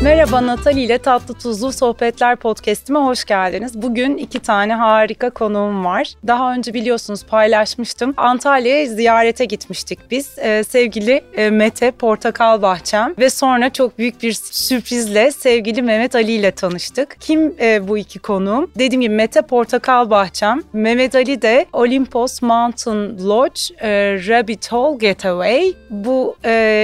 Merhaba, Natali ile Tatlı Tuzlu Sohbetler Podcast'ime hoş geldiniz. Bugün 2 tane harika konuğum var. Daha önce biliyorsunuz paylaşmıştım. Antalya'ya ziyarete gitmiştik biz. Sevgili Mete Portakalbahçem ve sonra çok büyük bir sürprizle sevgili Mehmet Ali ile tanıştık. Kim bu 2 konuğum? Dediğim gibi Mete Portakalbahçem, Mehmet Ali de Olympus Mountain Lodge Rabbit Hole Getaway. Bu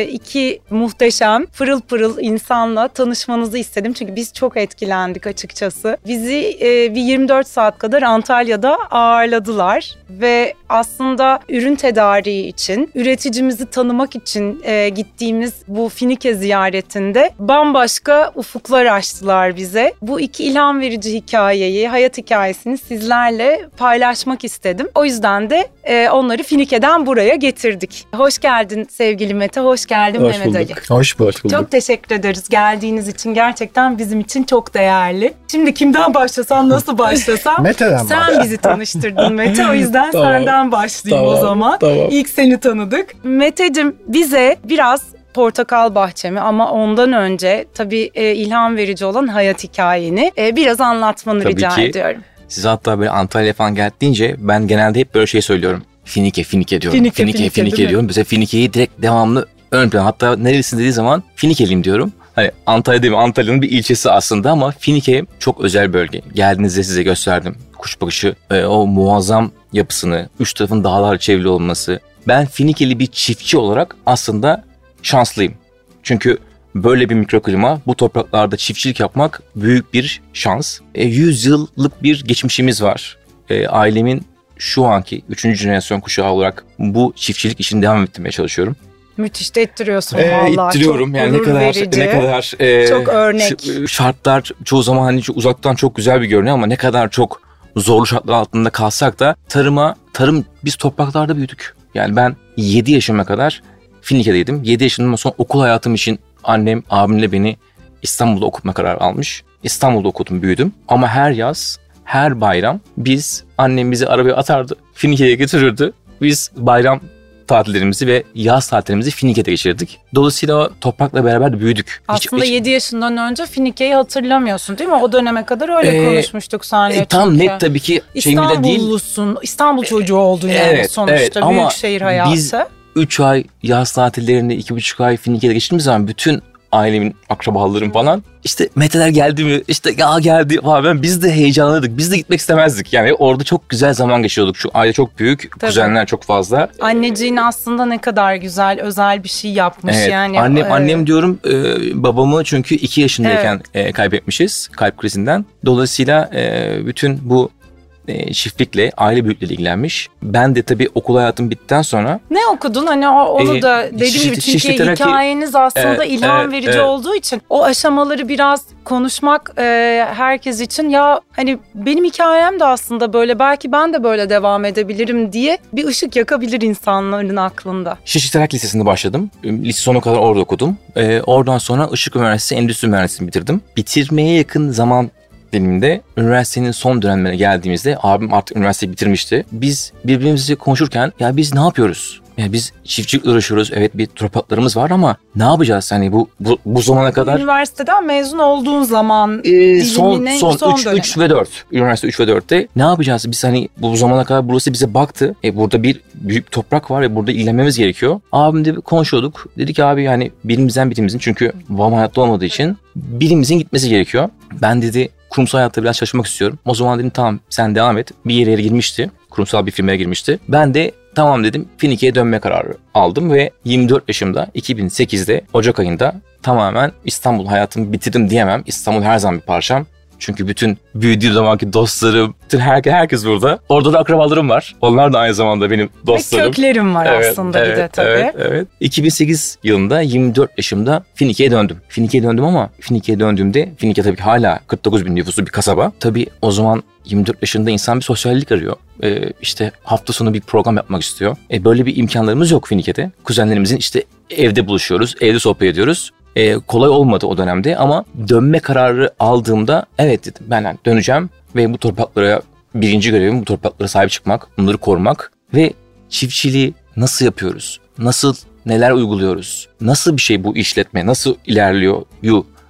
2 muhteşem, pırıl pırıl insanla tanışmanızı istedim. Çünkü biz çok etkilendik açıkçası. Bizi bir 24 saat kadar Antalya'da ağırladılar ve aslında ürün tedariği için, üreticimizi tanımak için gittiğimiz bu Finike ziyaretinde bambaşka ufuklar açtılar bize. Bu 2 ilham verici hikayeyi, hayat hikayesini sizlerle paylaşmak istedim. O yüzden de onları Finike'den buraya getirdik. Hoş geldin sevgili Mete, hoş geldin hoş Mehmet Ali. Hoş bulduk. Çok teşekkür ederiz geldiğiniz için. Gerçekten bizim için çok değerli. Şimdi kimden başlasam, nasıl başlasam? Mete'den Sen bizi tanıştırdın Mete. O yüzden senden başlayayım o zaman. Tamam. İlk seni tanıdık. Meteciğim, bize biraz Portakal Bahçemi ama ondan önce tabii ilham verici olan hayat hikayeni biraz anlatmanı tabii rica ki. ediyorum. Siz hatta böyle Antalya falan geldi deyince ben genelde hep böyle şey söylüyorum. Finike diyorum. Finike diyorum. Mesela Finike'yi direkt devamlı ön plan. Hatta nerelisin dediği zaman Finikeliyim diyorum. Hani Antalya değil mi? Antalya'nın bir ilçesi aslında ama Finike çok özel bölge. Geldiğinizde size gösterdim. Kuş bakışı, o muazzam yapısını, 3 tarafın dağlarla çevrili olması. Ben Finikeli bir çiftçi olarak aslında şanslıyım. Çünkü böyle bir mikroklima, bu topraklarda çiftçilik yapmak büyük bir şans. 100 yıllık bir geçmişimiz var. Ailemin şu anki 3. jenerasyon kuşağı olarak bu çiftçilik işini devam ettirmeye çalışıyorum. Müthiş de ettiriyorsun vallahi. İttiriyorum çok yani ne kadar çok örnek. Şartlar çoğu zaman hani uzaktan çok güzel bir görünüyor ama ne kadar çok zorlu şartlar altında kalsak da tarım biz topraklarda büyüdük. Yani ben 7 yaşıma kadar Finike'deydim. 7 yaşından sonra okul hayatım için annem abimle beni İstanbul'da okutma kararı almış. İstanbul'da okudum, büyüdüm ama her yaz, her bayram annem bizi arabaya atardı, Finike'ye götürürdü. Biz bayram tatillerimizi ve yaz tatillerimizi Finike'de geçirdik. Dolayısıyla o toprakla beraber de büyüdük. Aslında 7 yaşından önce Finike'yi hatırlamıyorsun değil mi? O döneme kadar öyle konuşmuştuk seninle. Tam net tabii ki şeyimde değil. İstanbullusun, İstanbul çocuğu oldun yani sonuçta. Ama büyük şehir hayatı. Biz 3 ay yaz tatillerinde 2,5 ay Finike'de geçtiğimiz zaman bütün ailemin, akrabalarım falan işte Meteler geldi mi, işte ya geldi falan, biz de heyecanlıydık, biz de gitmek istemezdik. Yani orada çok güzel zaman geçiyorduk. Şu aile çok büyük, tabii. Kuzenler çok fazla. Anneciğin aslında ne kadar güzel, özel bir şey yapmış yani. Annem diyorum, babamı çünkü 2 yaşındayken kaybetmişiz kalp krizinden. Dolayısıyla bütün bu çiftlikle, aile büyükleriyle ilgilenmiş. Ben de tabii okul hayatım bittikten sonra... Ne okudun? Hani onu da dediğim gibi çünkü hikayeniz aslında ilham verici olduğu için o aşamaları biraz konuşmak herkes için ya hani benim hikayem de aslında böyle, belki ben de böyle devam edebilirim diye bir ışık yakabilir insanların aklında. Şişli Terak Lisesi'nde başladım. Lise sonu kadar orada okudum. Oradan sonra Işık Üniversitesi Endüstri Mühendisliğini bitirdim. Bitirmeye yakın zaman diliminde üniversitenin son dönemlerine geldiğimizde abim artık üniversiteyi bitirmişti. Biz birbirimizle konuşurken ya biz ne yapıyoruz? Yani biz çiftçilikle uğraşıyoruz. Evet, bir topraklarımız var ama ne yapacağız? Hani bu zamana kadar. Üniversiteden mezun olduğun zaman son 3 ve 4. Üniversite 3 ve 4'te ne yapacağız? Biz hani bu zamana kadar burası bize baktı. Burada bir büyük toprak var ve burada ilgilenmemiz gerekiyor. Abimle konuşuyorduk. Dedik ki abi yani birimizin çünkü babam hayatta olmadığı için birimizin gitmesi gerekiyor. Ben dedi kurumsal hayatta biraz çalışmak istiyorum. O zaman dedim tamam sen devam et. Bir yere girmişti. Kurumsal bir firmaya girmişti. Ben de tamam dedim, Finike'ye dönme kararı aldım ve 24 yaşımda 2008'de Ocak ayında tamamen İstanbul hayatımı bitirdim diyemem. İstanbul her zaman bir parçam. Çünkü bütün büyüdüğüm zamanki dostlarım, bütün herkes burada. Orada da akrabalarım var. Onlar da aynı zamanda benim dostlarım. Ve köklerim var aslında bir de tabii. Evet. 2008 yılında 24 yaşımda Finike'ye döndüm. Finike'ye döndüm ama Finike'ye döndüğümde, Finike tabii ki hala 49 bin nüfuslu bir kasaba. Tabii o zaman 24 yaşında insan bir sosyallik arıyor. İşte hafta sonu bir program yapmak istiyor. Böyle bir imkanlarımız yok Finike'de. Kuzenlerimizin işte evde buluşuyoruz, evde sohbet ediyoruz. Kolay olmadı o dönemde ama dönme kararı aldığımda evet dedim, ben döneceğim ve bu topraklara, birinci görevim bu topraklara sahip çıkmak, bunları korumak ve çiftçiliği nasıl yapıyoruz, neler uyguluyoruz, nasıl bir şey bu işletme, nasıl ilerliyor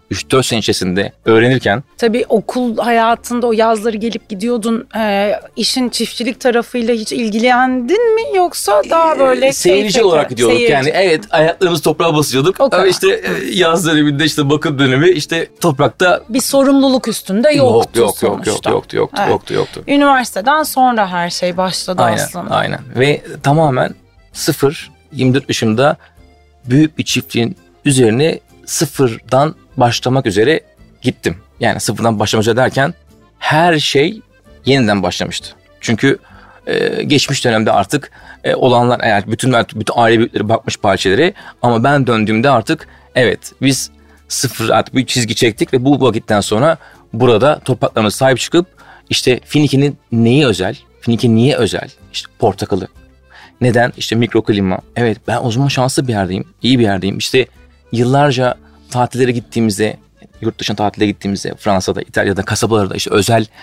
3-4 sene içerisinde öğrenirken. Tabii okul hayatında o yazları gelip gidiyordun. İşin çiftçilik tarafıyla hiç ilgilendin mi? Yoksa daha böyle seyirci olarak gidiyorduk. Seyirci. Yani evet, ayaklarımızı toprağa basıyorduk. Ama işte yaz döneminde işte bakım dönemi işte toprakta. Bir sorumluluk üstünde yoktu sonuçta. Yoktu. Üniversiteden sonra her şey başladı aslında. Aynen. Ve tamamen 24 yaşımda büyük bir çiftliğin üzerine sıfırdan başlamak üzere gittim. Yani sıfırdan başlamak üzere derken her şey yeniden başlamıştı. Çünkü geçmiş dönemde artık olanlar, eğer bütün aile büyükleri bakmış parçaları, ama ben döndüğümde artık evet, biz sıfır artık bir çizgi çektik ve bu vakitten sonra burada topraklarımıza sahip çıkıp işte Finike'nin neyi özel? Finike niye özel? İşte portakalı. Neden? İşte mikroklima. Evet, ben o zaman şanslı bir yerdeyim. İyi bir yerdeyim. İşte yıllarca tatillere gittiğimizde, yurt dışına tatile gittiğimizde Fransa'da, İtalya'da, kasabalarda işte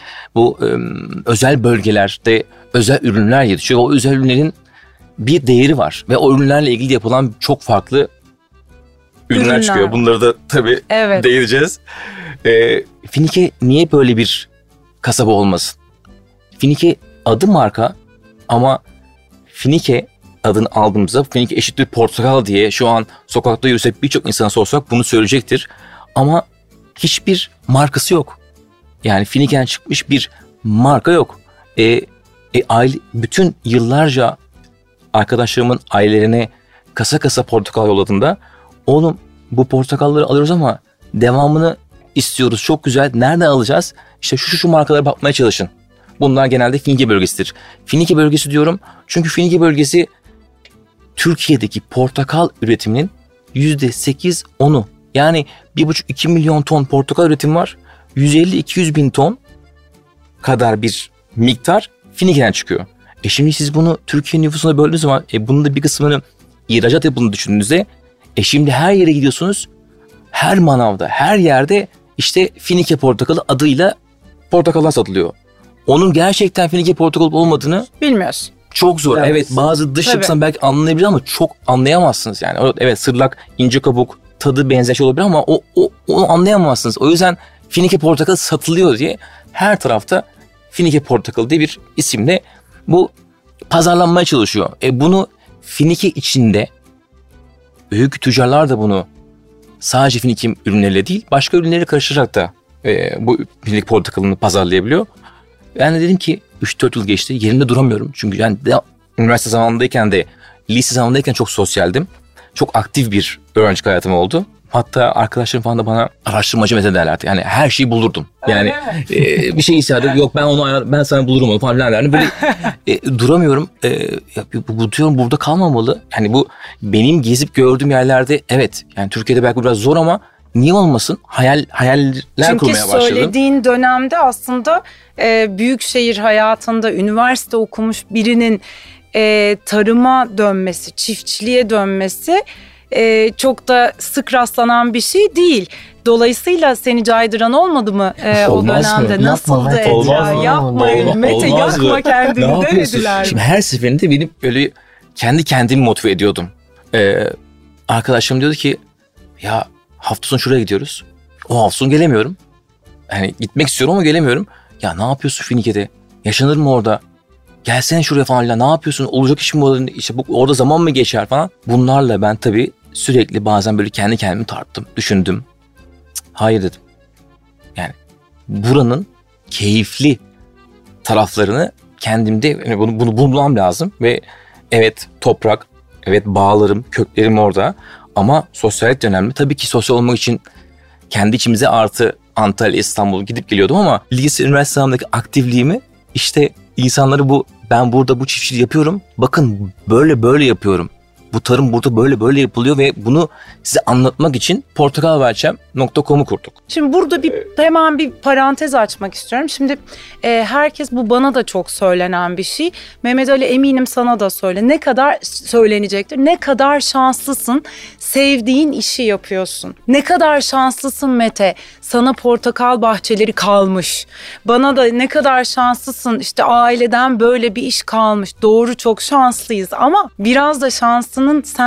özel bölgelerde özel ürünler yetişiyor. O özel ürünlerin bir değeri var ve o ürünlerle ilgili yapılan çok farklı ürünler çıkıyor. Bunları da tabii değineceğiz. Finike niye böyle bir kasaba olmasın? Finike adı marka, ama Finike adını aldığımızda Finike eşittir portakal diye şu an sokakta yürüsek birçok insana sorsak bunu söyleyecektir. Ama hiçbir markası yok. Yani Finike'den çıkmış bir marka yok. Bütün yıllarca arkadaşlarımın ailelerine kasa portakal yolladığında, oğlum bu portakalları alıyoruz ama devamını istiyoruz, çok güzel, nereden alacağız? İşte şu markalara bakmaya çalışın. Bunlar genelde Finike bölgesidir. Finike bölgesi diyorum çünkü Finike bölgesi Türkiye'deki portakal üretiminin %8-10'u. Yani 1,5-2 milyon ton portakal üretimi var. 150-200 bin ton kadar bir miktar Finike'den çıkıyor. Şimdi siz bunu Türkiye nüfusuna böldüğünüz zaman bunun da bir kısmını ihracat yapıldığını düşündüğünüzde şimdi her yere gidiyorsunuz. Her manavda, her yerde işte Finike portakalı adıyla portakallar satılıyor. Onun gerçekten Finike portakal olmadığını bilmiyorsun. Çok zor. Evet, bazı dış yapısından belki anlayabilir ama çok anlayamazsınız yani. Evet, sırlak, ince kabuk, tadı benzer şey olabilir ama onu anlayamazsınız. O yüzden Finike portakal satılıyor diye her tarafta Finike portakal diye bir isimle bu pazarlanmaya çalışıyor. Bunu Finike içinde büyük tüccarlar da bunu sadece Finike ürünleriyle değil, başka ürünleri karıştırarak da bu Finike portakalını pazarlayabiliyor. Ben de dedim ki 3-4 yıl geçti, yerimde duramıyorum. Çünkü yani üniversite zamanındayken de, lise zamanındayken çok sosyaldim. Çok aktif bir öğrencilik hayatım oldu. Hatta arkadaşlarım falan da bana araştırmacı Mete derlerdi. Yani her şeyi bulurdum. Yani bir şey isterdim. Yok ben sana bulurum onu falan derlerdi. Böyle duramıyorum. Bu diyorum burada kalmamalı. Yani bu benim gezip gördüğüm yerlerde, evet yani Türkiye'de belki biraz zor ama niye olmasın? Hayaller kurmaya başladım. Çünkü söylediğin dönemde aslında büyük şehir hayatında üniversite okumuş birinin tarıma dönmesi, çiftçiliğe dönmesi çok da sık rastlanan bir şey değil. Dolayısıyla seni caydıran olmadı mı o dönemde? Nasıldı Ece? Yapma Mete, yakma kendini demediler. Şimdi her seferinde benim böyle kendimi motive ediyordum. Arkadaşım diyordu ki ya hafta sonu şuraya gidiyoruz. O hafta sonu gelemiyorum. Yani gitmek istiyorum ama gelemiyorum. Ya ne yapıyorsun Finike'de? Yaşanır mı orada? Gelsene şuraya falan. Ne yapıyorsun? Olacak iş mi orada? İşte orada zaman mı geçer falan. Bunlarla ben tabii sürekli bazen böyle kendi kendimi tarttım. Düşündüm. Hayır dedim. Yani buranın keyifli taraflarını kendimde, yani bunu bulmam lazım. Ve evet toprak, evet bağlarım, köklerim orada. Ama sosyallik önemli. Tabii ki sosyal olmak için kendi içimize artı Antalya, İstanbul gidip geliyordum ama lise, üniversite zamanındaki aktifliğimi işte insanları ben burada bu çiftçiliği yapıyorum. Bakın böyle yapıyorum. Bu tarım burada böyle yapılıyor ve bunu size anlatmak için portakalverçem.com'u kurduk. Şimdi burada hemen bir parantez açmak istiyorum. Şimdi herkes, bu bana da çok söylenen bir şey. Mehmet Ali, eminim sana da ne kadar söylenecektir. Ne kadar şanslısın, sevdiğin işi yapıyorsun. Ne kadar şanslısın Mete, sana portakal bahçeleri kalmış. Bana da ne kadar şanslısın, işte aileden böyle bir iş kalmış. Doğru, çok şanslıyız ama biraz da şansının sen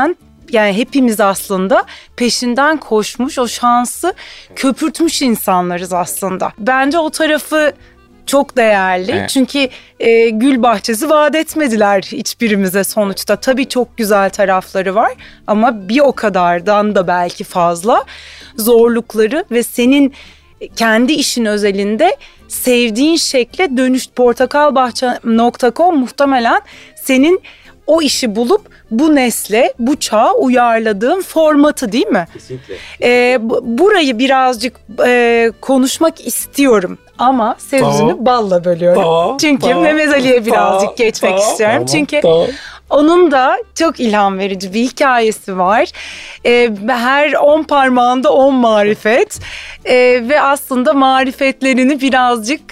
yani hepimiz aslında peşinden koşmuş, o şansı köpürtmüş insanlarız aslında. Bence o tarafı çok değerli. Evet. Çünkü gül bahçesi vaat etmediler hiçbirimize sonuçta. Tabii çok güzel tarafları var ama bir o kadardan da belki fazla zorlukları ve senin kendi işin özelinde sevdiğin şekle portakalbahçe.com muhtemelen senin o işi bulup bu nesle, bu çağa uyarladığın formatı, değil mi? Kesinlikle. Burayı birazcık konuşmak istiyorum ama sözünü balla bölüyorum. Çünkü Mehmet Ali'ye birazcık geçmek istiyorum. Çünkü onun da çok ilham verici bir hikayesi var. Her 10 parmağında 10 marifet ve aslında marifetlerini birazcık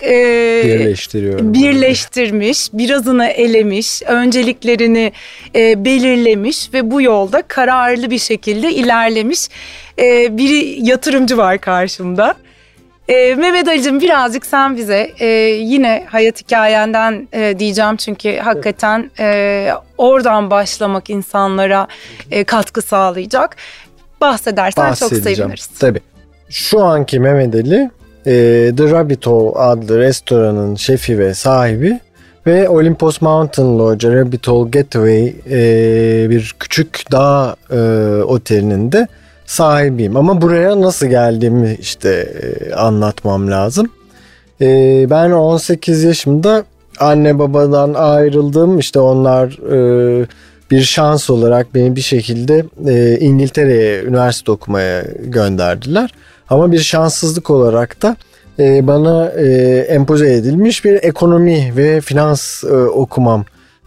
birleştirmiş, birazını elemiş, önceliklerini belirlemiş ve bu yolda kararlı bir şekilde ilerlemiş bir yatırımcı var karşımda. Mehmet Ali'cim, birazcık sen bize yine hayat hikayenden diyeceğim çünkü hakikaten oradan başlamak insanlara katkı sağlayacak. Bahsedersen çok seviniriz. Tabii. Şu anki Mehmet Ali The Rabbit Hole adlı restoranın şefi ve sahibi ve Olympus Mountain Lodge Rabbit Hole Getaway bir küçük dağ otelinin de sahibiyim. Ama buraya nasıl geldiğimi işte anlatmam lazım. Ben 18 yaşımda anne babadan ayrıldım. İşte onlar bir şans olarak beni bir şekilde İngiltere'ye üniversite okumaya gönderdiler. Ama bir şanssızlık olarak da bana empoze edilmiş bir ekonomi ve finans okumam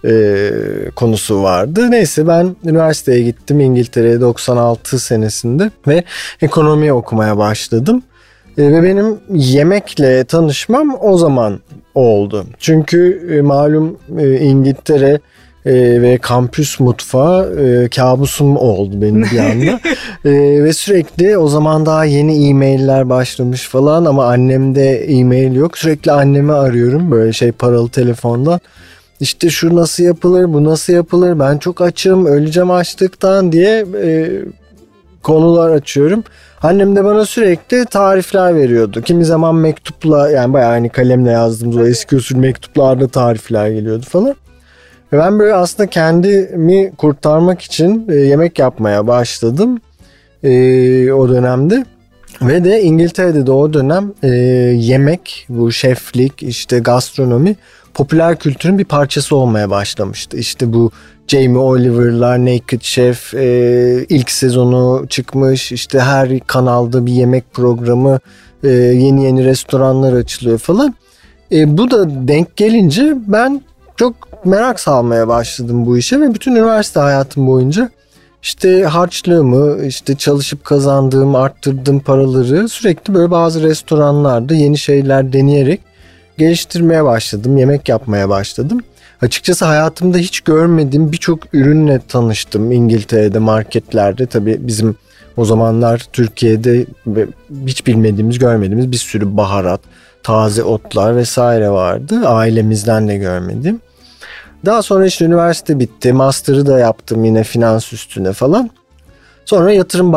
konusu vardı. Neyse, ben üniversiteye gittim İngiltere'ye 96 senesinde ve ekonomi okumaya başladım. Ve benim yemekle tanışmam o zaman oldu. Çünkü malum İngiltere ve kampüs mutfağı kabusum oldu benim bir anda. Ve sürekli, o zaman daha yeni e-mailler başlamış falan ama annemde e-mail yok. Sürekli annemi arıyorum böyle paralı telefondan. İşte şu nasıl yapılır, bu nasıl yapılır, ben çok açım, öleceğim açlıktan diye konular açıyorum. Annem de bana sürekli tarifler veriyordu. Kimi zaman mektupla, yani bayağı kalemle yazdığımız o eski usul mektuplarda tarifler geliyordu falan. Ve ben böyle aslında kendimi kurtarmak için yemek yapmaya başladım o dönemde. Ve de İngiltere'de de o dönem yemek, bu şeflik, işte gastronomi popüler kültürün bir parçası olmaya başlamıştı. İşte bu Jamie Oliver'lar, Naked Chef ilk sezonu çıkmış. İşte her kanalda bir yemek programı, yeni restoranlar açılıyor falan. Bu da denk gelince ben çok merak salmaya başladım bu işe ve bütün üniversite hayatım boyunca işte harçlığımı, işte çalışıp kazandığım, arttırdığım paraları sürekli böyle bazı restoranlarda yeni şeyler deneyerek geliştirmeye başladım. Yemek yapmaya başladım. Açıkçası hayatımda hiç görmediğim birçok ürünle tanıştım İngiltere'de, marketlerde. Tabii bizim o zamanlar Türkiye'de hiç bilmediğimiz, görmediğimiz bir sürü baharat, taze otlar vesaire vardı. Ailemizden de görmedim. Daha sonra işte üniversite bitti. Master'ı da yaptım yine finans üstüne falan. Sonra yatırım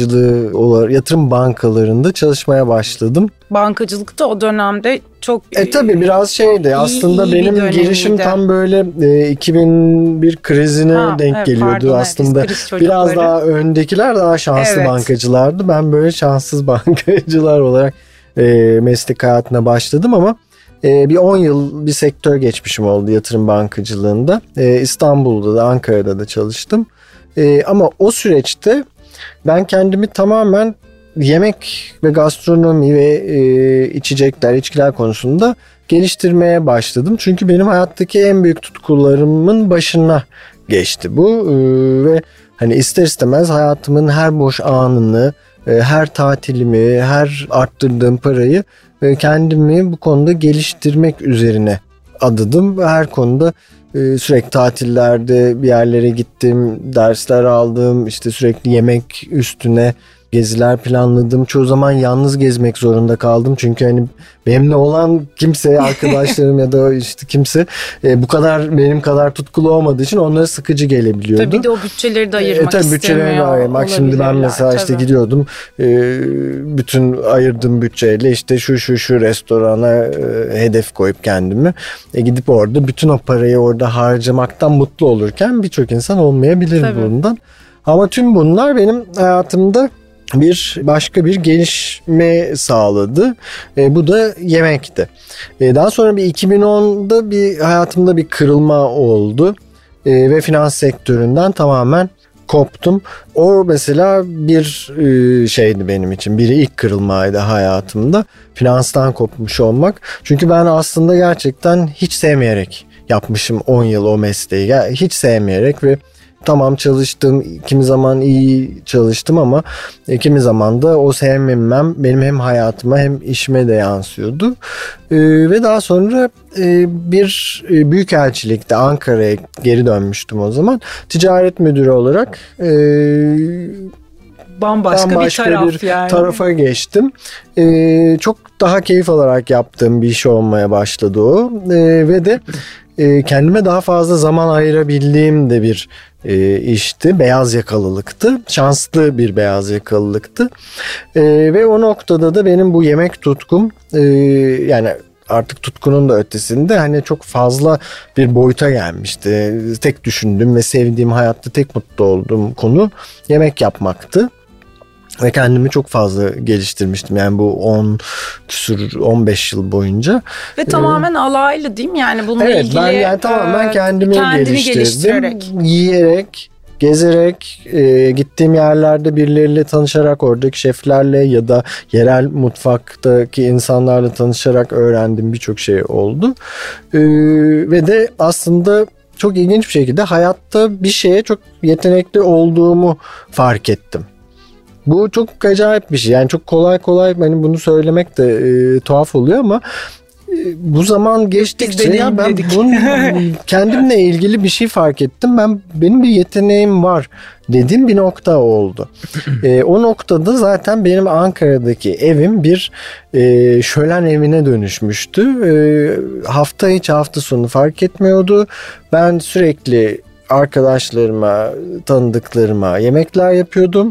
bankalarında çalışmaya başladım. Bankacılıkta o dönemde çok tabii biraz şeydi. Aslında benim girişim tam böyle 2001 krizine denk geliyordu. Aslında biraz daha öndekiler daha şanslı bankacılardı. Ben böyle şanssız bankacılar olarak meslek hayatına başladım ama bir 10 yıl bir sektör geçmişim oldu yatırım bankacılığında. İstanbul'da da Ankara'da da çalıştım. Ama o süreçte ben kendimi tamamen yemek ve gastronomi ve içkiler konusunda geliştirmeye başladım. Çünkü benim hayattaki en büyük tutkularımın başına geçti bu. Ve ister istemez hayatımın her boş anını, her tatilimi, her arttırdığım parayı kendimi bu konuda geliştirmek üzerine adadım. Her konuda sürekli tatillerde bir yerlere gittim, dersler aldım, işte sürekli yemek üstüne geziler planladım. Çoğu zaman yalnız gezmek zorunda kaldım. Çünkü hani benimle olan kimse, arkadaşlarım ya da işte kimse bu kadar benim kadar tutkulu olmadığı için onlara sıkıcı gelebiliyordu. Tabii bir de o bütçeleri de ayırmak tabii bütçeleri de ayırmak. Şimdi ben mesela işte gidiyordum. Bütün ayırdığım bütçeyle işte şu restorana hedef koyup kendimi gidip orada bütün o parayı orada harcamaktan mutlu olurken birçok insan olmayabilir bundan. Ama tüm bunlar benim hayatımda başka bir gelişme sağladı. Bu da yemekti. Daha sonra bir 2010'da hayatımda bir kırılma oldu. Ve finans sektöründen tamamen koptum. O mesela bir şeydi benim için. İlk kırılmaydı hayatımda. Finanstan kopmuş olmak. Çünkü ben aslında gerçekten hiç sevmeyerek yapmışım 10 yıl o mesleği. Hiç sevmeyerek ve tamam çalıştım. Kimi zaman iyi çalıştım ama kimi zaman da o sevmemem benim hem hayatıma hem işime de yansıyordu. Ve daha sonra bir büyükelçilikte Ankara'ya geri dönmüştüm o zaman. Ticaret müdürü olarak bambaşka bir tarafa geçtim. Çok daha keyif alarak yaptığım bir iş olmaya başladı o. Ve de kendime daha fazla zaman ayırabildiğim de bir işti. Beyaz yakalılıktı. Şanslı bir beyaz yakalılıktı. Ve o noktada da benim bu yemek tutkum yani artık tutkunun da ötesinde hani çok fazla bir boyuta gelmişti. Tek düşündüğüm ve sevdiğim, hayatta tek mutlu olduğum konu yemek yapmaktı. Ve kendimi çok fazla geliştirmiştim. Yani bu 15 yıl boyunca. Ve tamamen alaylı değil mi? Yani bununla ilgili ben yani tamamen kendini geliştirdim. Yiyerek, gezerek, gittiğim yerlerde birileriyle tanışarak, oradaki şeflerle ya da yerel mutfaktaki insanlarla tanışarak öğrendiğim birçok şey oldu. Ve de aslında çok ilginç bir şekilde hayatta bir şeye çok yetenekli olduğumu fark ettim. Bu çok acayip bir şey. Yani çok kolay hani bunu söylemek de tuhaf oluyor ama bu zaman geçtikçe ya ben kendimle ilgili bir şey fark ettim. Benim bir yeteneğim var dediğim bir nokta oldu. O noktada zaten benim Ankara'daki evim bir şölen evine dönüşmüştü. Hafta içi hafta sonu fark etmiyordu. Ben sürekli arkadaşlarıma, tanıdıklarıma yemekler yapıyordum.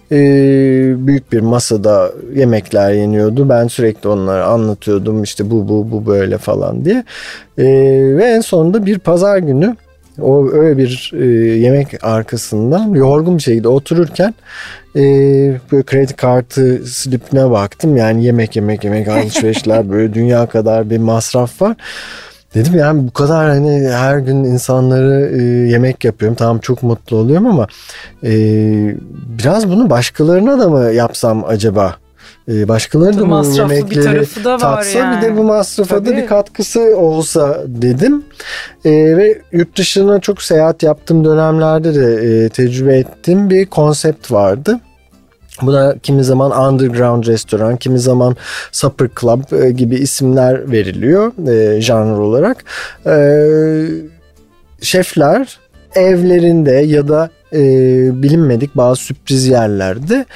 Büyük bir masada yemekler yeniyordu. Ben sürekli onlara anlatıyordum işte bu böyle falan diye. Ve en sonunda bir pazar günü öyle bir yemek arkasından yorgun bir şekilde otururken böyle kredi kartı slipine baktım. Yani yemek alışverişler böyle dünya kadar bir masraf var. Dedim yani bu kadar hani her gün insanları yemek yapıyorum. Tamam çok mutlu oluyorum ama biraz bunu başkalarına da mı yapsam acaba? Başkaları da bu yemekleri tatsa yani. Bir de bu masrafa da bir katkısı olsa dedim. Ve yurt dışına çok seyahat yaptığım dönemlerde de tecrübe ettiğim bir konsept vardı. Bu da kimi zaman underground restoran, kimi zaman supper club gibi isimler veriliyor janr olarak. Şefler evlerinde ya da bilinmedik bazı sürpriz yerlerde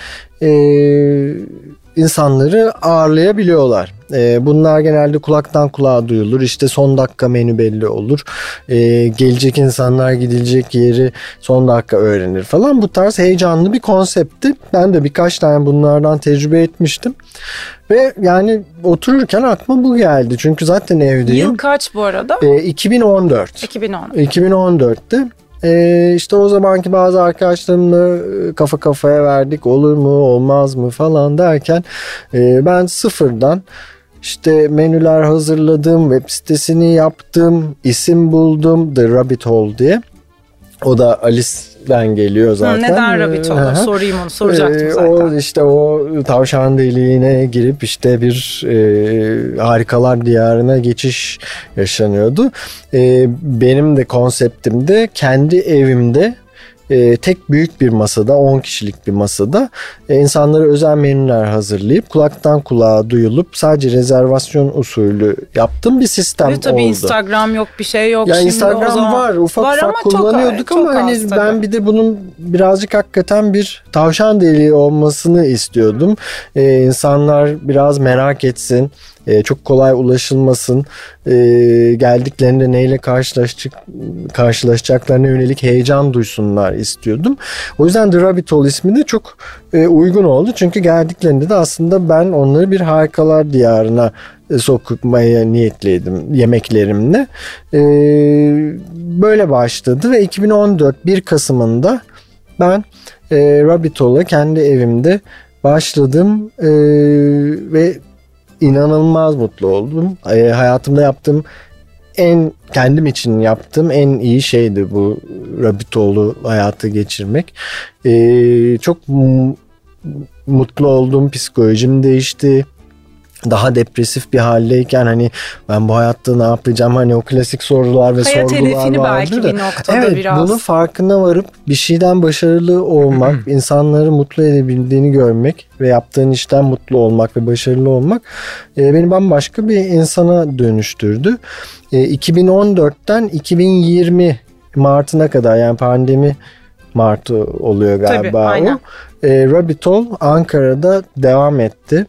insanları ağırlayabiliyorlar. Bunlar genelde kulaktan kulağa duyulur. İşte son dakika menü belli olur. Gelecek insanlar gidilecek yeri son dakika öğrenir falan. Bu tarz heyecanlı bir konseptti. Ben de birkaç tane bunlardan tecrübe etmiştim. Ve yani otururken aklıma bu geldi. Çünkü zaten evdeyim. Yıl kaç bu arada? 2014. 2014'te. İşte o zamanki bazı arkadaşlarımla kafa kafaya verdik. Olur mu olmaz mı falan derken ben sıfırdan işte menüler hazırladım, web sitesini yaptım, isim buldum The Rabbit Hole diye. O da Alice'den geliyor zaten. Neden Rabbit Hole? Sorayım onu soracaktım zaten. O işte o tavşan deliğine girip işte bir harikalar diyarına geçiş yaşanıyordu. Benim de konseptimde kendi evimde tek büyük bir masada, 10 kişilik bir masada insanlara özel menüler hazırlayıp kulaktan kulağa duyulup sadece rezervasyon usulü yaptığım bir sistem oldu. Tabii Instagram yok, bir şey yok. Yani Instagram var, ufak kullanıyorduk ama hani ben bir de bunun birazcık hakikaten bir tavşan deliği olmasını istiyordum. İnsanlar biraz merak etsin. Çok kolay ulaşılmasın, geldiklerinde neyle karşılaşacaklarına yönelik heyecan duysunlar istiyordum. O yüzden The Rabbit Hole ismi de çok uygun oldu. Çünkü geldiklerinde de aslında ben onları bir harikalar diyarına sokmaya niyetliydim yemeklerimle. Böyle başladı ve 2014 1 Kasım'ında ben Rabbit Hole'a kendi evimde başladım ve inanılmaz mutlu oldum. Hayatımda yaptığım kendim için yaptığım en iyi şeydi bu Rabbit Hole'u hayata geçirmek. Çok mutlu oldum. Psikolojim değişti. Daha depresif bir haldeyken hani ben bu hayatta ne yapacağım, hani o klasik sorular ve hayat sorgular hedefini vardı belki da. bir noktada evet, biraz. bunun farkına varıp bir şeyden başarılı olmak, insanları mutlu edebildiğini görmek ve yaptığın işten mutlu olmak ve başarılı olmak beni bambaşka bir insana dönüştürdü. 2014'ten 2020 Mart'ına kadar, yani pandemi Mart'ı oluyor galiba. Tabii, aynen. o. Rabbit Hole Ankara'da devam etti.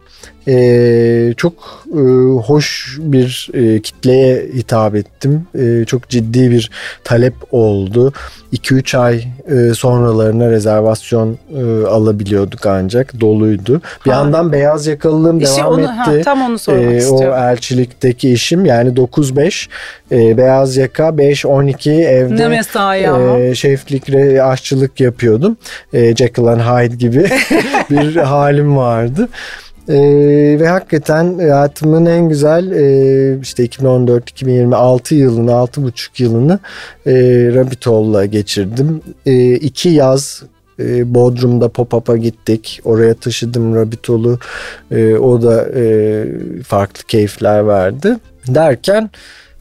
Çok hoş bir kitleye hitap ettim. Çok ciddi bir talep oldu. 2-3 ay sonralarına rezervasyon alabiliyorduk ancak. Doluydu. Bir yandan beyaz yakalılığım devam etti. Tam onu sormak istiyorum. O elçilikteki işim, yani 9-5 beyaz yaka, 5-12 evde ne mesai ama. şeflik, aşçılık yapıyordum. Jekyll and Hyde gibi bir halim vardı. Ve hakikaten hayatımın en güzel işte 2014-2026 yılını, 6,5 yılını Rabbit Hole'la geçirdim. 2 yaz Bodrum'da pop-up'a gittik. Oraya taşıdım Rabbit Hole'u. O da farklı keyifler verdi. Derken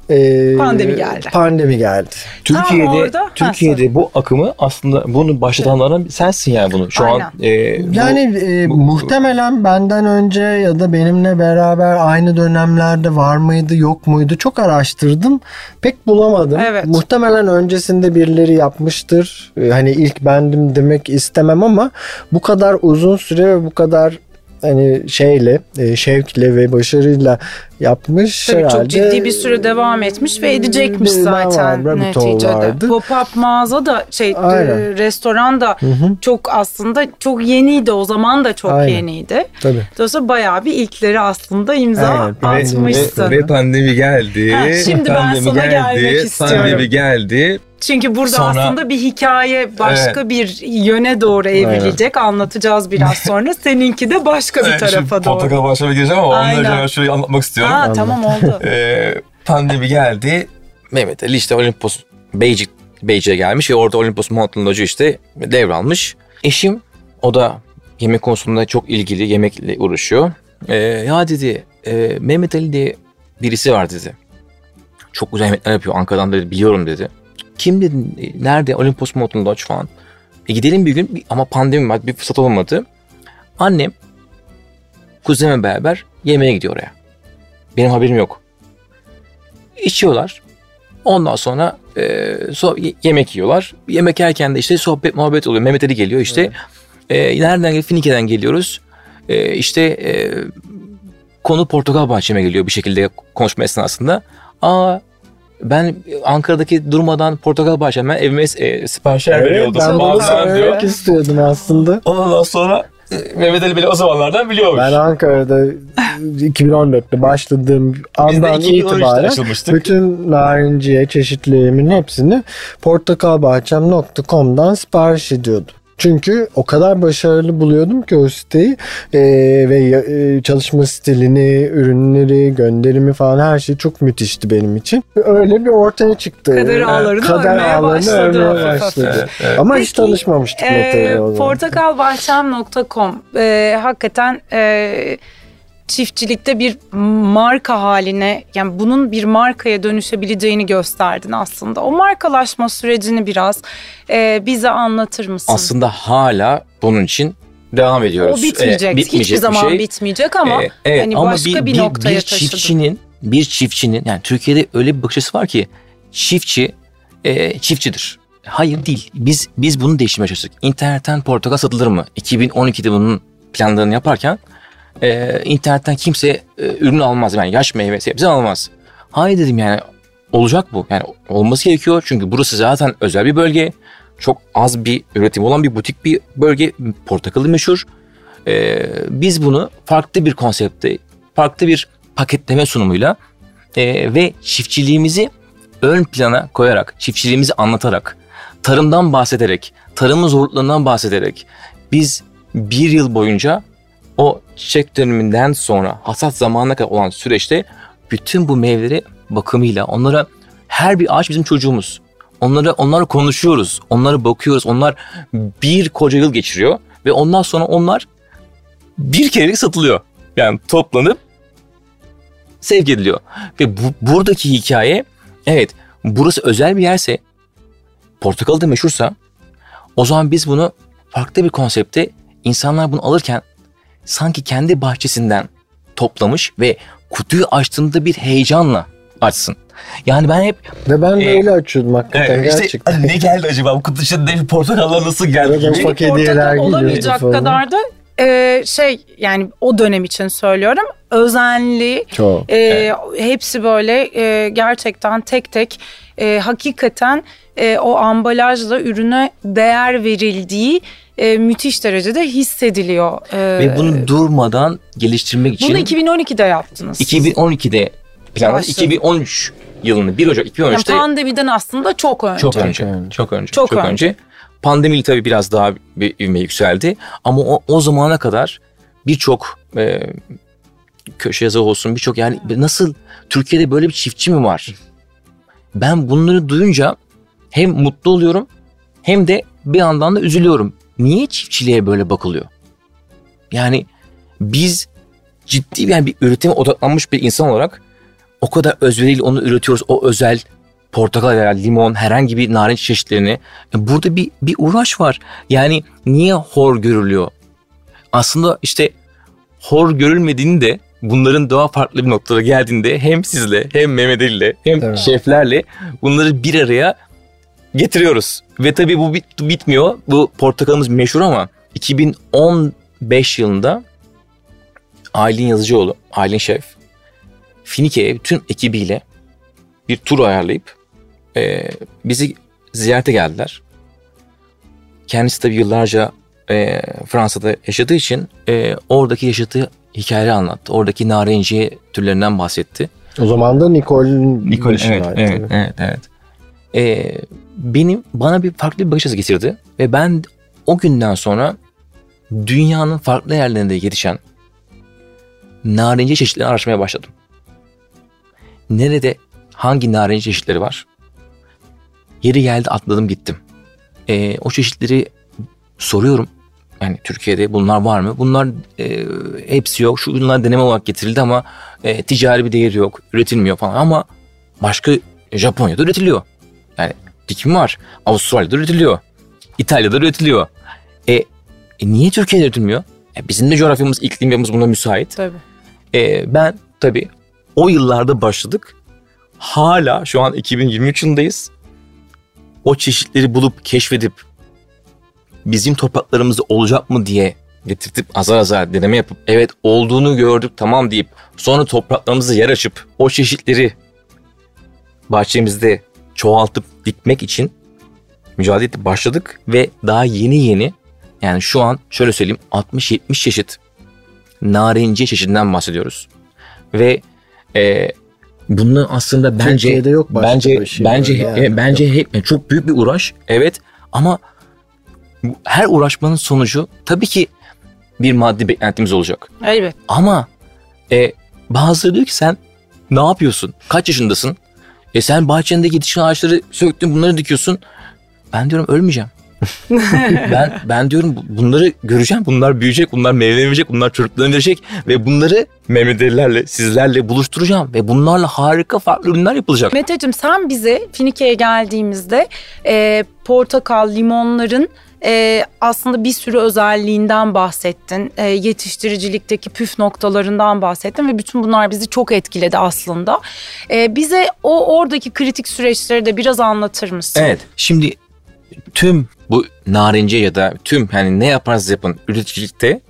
pandemi geldi. Türkiye'de bu akımı aslında bunu başlatanlardan sensin yani bunu. Şu aynen. An muhtemelen benden önce ya da benimle beraber aynı dönemlerde var mıydı, yok muydu? Çok araştırdım. Pek bulamadım. Evet. Muhtemelen öncesinde birileri yapmıştır. Hani ilk bendim demek istemem ama bu kadar uzun süre ve bu kadar hani şevkle ve başarıyla yapmış. Tabii herhalde. Çok ciddi bir süre devam etmiş ve edecekmiş zaten neticede. Pop-up mağaza da restoran da çok aslında çok yeniydi. O zaman da çok yeniydi. Tabii. Dolayısıyla bayağı bir ilkleri aslında imza atmışsın. Ve pandemi geldi. Şimdi ben sana gelmek istiyorum. Pandemi geldi. Çünkü burada aslında bir hikaye başka bir yöne doğru evrilecek. Anlatacağız biraz sonra. Seninki de başka bir tarafa doğru. Portakal başlamaya gireceğim ama ondan önce ben şurayı anlatmak istiyorum. Tamam oldu. Pandemi geldi. Mehmet Ali işte Olimpos Beyci'ye gelmiş ve orada Olimpos Mountain Lodge'u işte devralmış. Eşim, o da yemek konusunda çok ilgili, yemekle uğraşıyor. Ya dedi, Mehmet Ali diye birisi var dedi. Çok güzel yemekler yapıyor, Ankara'dan dedi, biliyorum dedi. Kim dedi, nerede, Olimpos Mountain Lodge falan. Gidelim bir gün ama pandemi var, bir fırsat olmadı. Annem kuzenimle beraber yemeğe gidiyor oraya. Benim haberim yok. İçiyorlar. Ondan sonra yemek yiyorlar. Yemek yerken de işte sohbet muhabbet oluyor. Mehmet Ali geliyor işte. Nereden geliyor? Finike'den geliyoruz. Konu Portakal Bahçe'me geliyor bir şekilde konuşma esnasında. Ben Ankara'daki durmadan Portakal Bahçe'me evime siparişler veriyordum. Ben bunu söylemek istiyordum aslında. Ondan sonra Mehmet Ali beni o zamanlardan biliyormuş. Ben Ankara'da 2014'te başladığım andan itibaren bütün narinciye çeşitlerimin hepsini portakalbahçem.com'dan sipariş ediyordum. Çünkü o kadar başarılı buluyordum ki o siteyi ve çalışma stilini, ürünleri, gönderimi falan her şey çok müthişti benim için. Öyle bir ortaya çıktı. Kader ağlarını örmeye başladı. Evet. Ama hiç tanışmamıştık Mete. Portakalbahçem.com hakikaten çiftçilikte bir marka haline, yani bunun bir markaya dönüşebileceğini gösterdin aslında. O markalaşma sürecini biraz bize anlatır mısın? Aslında hala bunun için devam ediyoruz. O bitmeyecek. Hiçbir zaman bitmeyecek ama hani ama başka bir noktaya taşıdın. Bir çiftçinin, yani Türkiye'de öyle bir bakış açısı var ki çiftçi çiftçidir. Hayır, değil. Biz bunu değiştirmeye çalıştık. İnternetten portakal satılır mı? 2012'de bunun planlarını yaparken internetten kimse ürün almaz. Yani yaş meyve sebze almaz. Hayır dedim, yani olacak bu. Yani olması gerekiyor çünkü burası zaten özel bir bölge. Çok az bir üretim olan bir butik bir bölge. Portakalı meşhur. Biz bunu farklı bir konsepte, farklı bir paketleme sunumuyla ve çiftçiliğimizi ön plana koyarak, çiftçiliğimizi anlatarak, tarımdan bahsederek, tarımın zorluklarından bahsederek biz bir yıl boyunca o çiçek döneminden sonra hasat zamanına kadar olan süreçte bütün bu meyveleri bakımıyla, onlara, her bir ağaç bizim çocuğumuz. Onlarla konuşuyoruz, onlara bakıyoruz. Onlar bir koca yıl geçiriyor ve ondan sonra onlar bir kerelik satılıyor. Yani toplanıp sevk ediliyor. Ve buradaki hikaye, evet, burası özel bir yerse, portakal da meşhursa, o zaman biz bunu farklı bir konsepte, insanlar bunu alırken sanki kendi bahçesinden toplamış ve kutuyu açtığında bir heyecanla açsın. Yani ben hep... Ve ben de öyle açıyordum hakikaten, gerçekten. Ne geldi acaba? Bu kutu içinde portakallar nasıl geldi? Böyle ufak hediyeler olamayacak kadar da yani o dönem için söylüyorum, özenli, hepsi böyle gerçekten tek tek hakikaten o ambalajla ürüne değer verildiği müthiş derecede hissediliyor. Ve bunu durmadan geliştirmek için... Bunu 2012'de yaptınız. 2012'de planladık. 2013 yılında 1 Ocak 2013'te... Yani pandemiden aslında çok önce. Çok önce. Pandemiyle tabii biraz daha bir ivme yükseldi. Ama o zamana kadar birçok köşe yazarı olsun, birçok, yani nasıl Türkiye'de böyle bir çiftçi mi var? Ben bunları duyunca hem mutlu oluyorum hem de bir yandan da üzülüyorum. Niye çiftçiliğe böyle bakılıyor? Yani biz ciddi, yani bir üretime odaklanmış bir insan olarak o kadar özveriyle onu üretiyoruz. O özel portakal veya limon, herhangi bir narin çeşitlerini. Burada bir uğraş var. Yani niye hor görülüyor? Aslında işte hor görülmediğini de, bunların daha farklı bir noktada geldiğinde hem sizle, hem Mehmet Ali'yle, hem şeflerle bunları bir araya getiriyoruz. Ve tabii bu bitmiyor. Bu portakalımız meşhur ama 2015 yılında Aylin Yazıcıoğlu, Aylin Şef, Finike'ye bütün ekibiyle bir tur ayarlayıp bizi ziyarete geldiler. Kendisi tabii yıllarca Fransa'da yaşadığı için oradaki yaşadığı hikayeleri anlattı. Oradaki narenciye türlerinden bahsetti. O zaman da Nicole evet. Bana bir farklı bir bakış açısı getirdi ve ben o günden sonra dünyanın farklı yerlerinde yetişen narenciye çeşitlerini araştırmaya başladım. Nerede hangi narenciye çeşitleri var? Yeri geldi atladım gittim. O çeşitleri soruyorum. Yani Türkiye'de bunlar var mı? Bunlar hepsi yok. Bunlar deneme olarak getirildi ama ticari bir değeri yok. Üretilmiyor falan ama başka, Japonya'da üretiliyor. Yani dikim var. Avustralya'da üretiliyor. İtalya'da üretiliyor. Niye Türkiye'de üretilmiyor? Bizim de coğrafyamız, iklimimiz buna müsait. Tabii. Ben tabii o yıllarda başladık. Hala şu an 2023 yılındayız. O çeşitleri bulup keşfedip bizim topraklarımızda olacak mı diye getirtip azar azar deneme yapıp evet olduğunu gördük tamam deyip sonra topraklarımızda yer açıp o çeşitleri bahçemizde çoğaltıp dikmek için mücadele edip başladık ve daha yeni, yani şu an şöyle söyleyeyim, 60-70 çeşit narenciye çeşidinden bahsediyoruz. Ve bunun aslında bence Türkiye'de yok bence hep çok büyük bir uğraş. Evet ama her uğraşmanın sonucu tabii ki bir maddi beklentimiz olacak. Evet. Ama bazıları diyor ki sen ne yapıyorsun? Kaç yaşındasın? Sen bahçende yetişen ağaçları söktün, bunları dikiyorsun. Ben diyorum ölmeyeceğim. ben diyorum bunları göreceğim, bunlar büyüyecek, bunlar meyvelenecek, bunlar çocuklarını verecek ve bunları Mehmet Ali'lerle, sizlerle buluşturacağım ve bunlarla harika farklı ürünler yapılacak. Meteciğim, sen bize Finike'ye geldiğimizde portakal, limonların aslında bir sürü özelliğinden bahsettin. Yetiştiricilikteki püf noktalarından bahsettin ve bütün bunlar bizi çok etkiledi aslında. Bize oradaki kritik süreçleri de biraz anlatır mısın? Evet, şimdi tüm bu narince ya da tüm yani ne yaparsanız yapın üreticilikte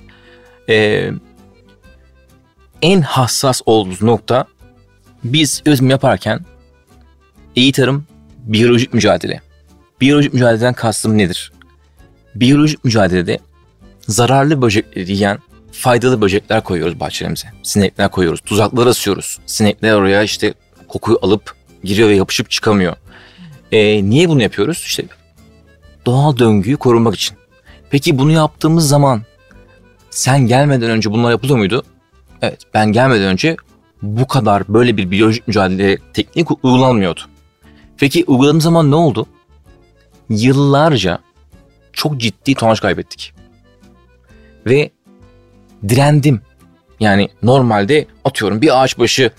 en hassas olduğumuz nokta, biz üretim yaparken iyi tarım, biyolojik mücadele. Biyolojik mücadeleden kastım nedir? Biyolojik mücadelede zararlı böcekleri yiyen faydalı böcekler koyuyoruz bahçelerimize. Sinekler koyuyoruz, tuzaklar asıyoruz. Sinekler oraya işte kokuyu alıp giriyor ve yapışıp çıkamıyor. Niye bunu yapıyoruz? İşte doğal döngüyü korumak için. Peki bunu yaptığımız zaman sen gelmeden önce bunlar yapılıyor muydu? Evet, ben gelmeden önce bu kadar böyle bir biyolojik mücadele tekniği uygulanmıyordu. Peki uyguladığımız zaman ne oldu? Yıllarca çok ciddi tonaj kaybettik. Ve direndim. Yani normalde atıyorum bir ağaç başı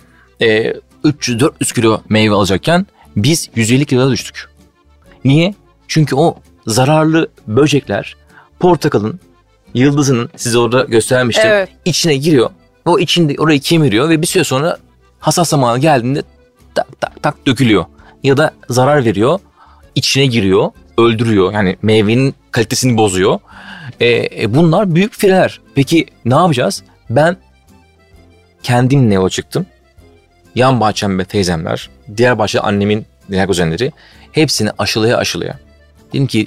300-400 kilo meyve alacakken biz 150 kiloya düştük. Niye? Çünkü o zararlı böcekler portakalın, yıldızının, size orada göstermiştim, evet, içine giriyor. O içinde orayı kemiriyor ve bir süre sonra hasat zamanı geldiğinde tak tak tak dökülüyor. Ya da zarar veriyor, içine giriyor, öldürüyor. Yani meyvenin kalitesini bozuyor. Bunlar büyük fireler. Peki ne yapacağız? Ben kendimle yola çıktım. Yan bahçem ve teyzemler, diğer bahçede annemin diğer kuzenleri, hepsini aşılaya. Dedim ki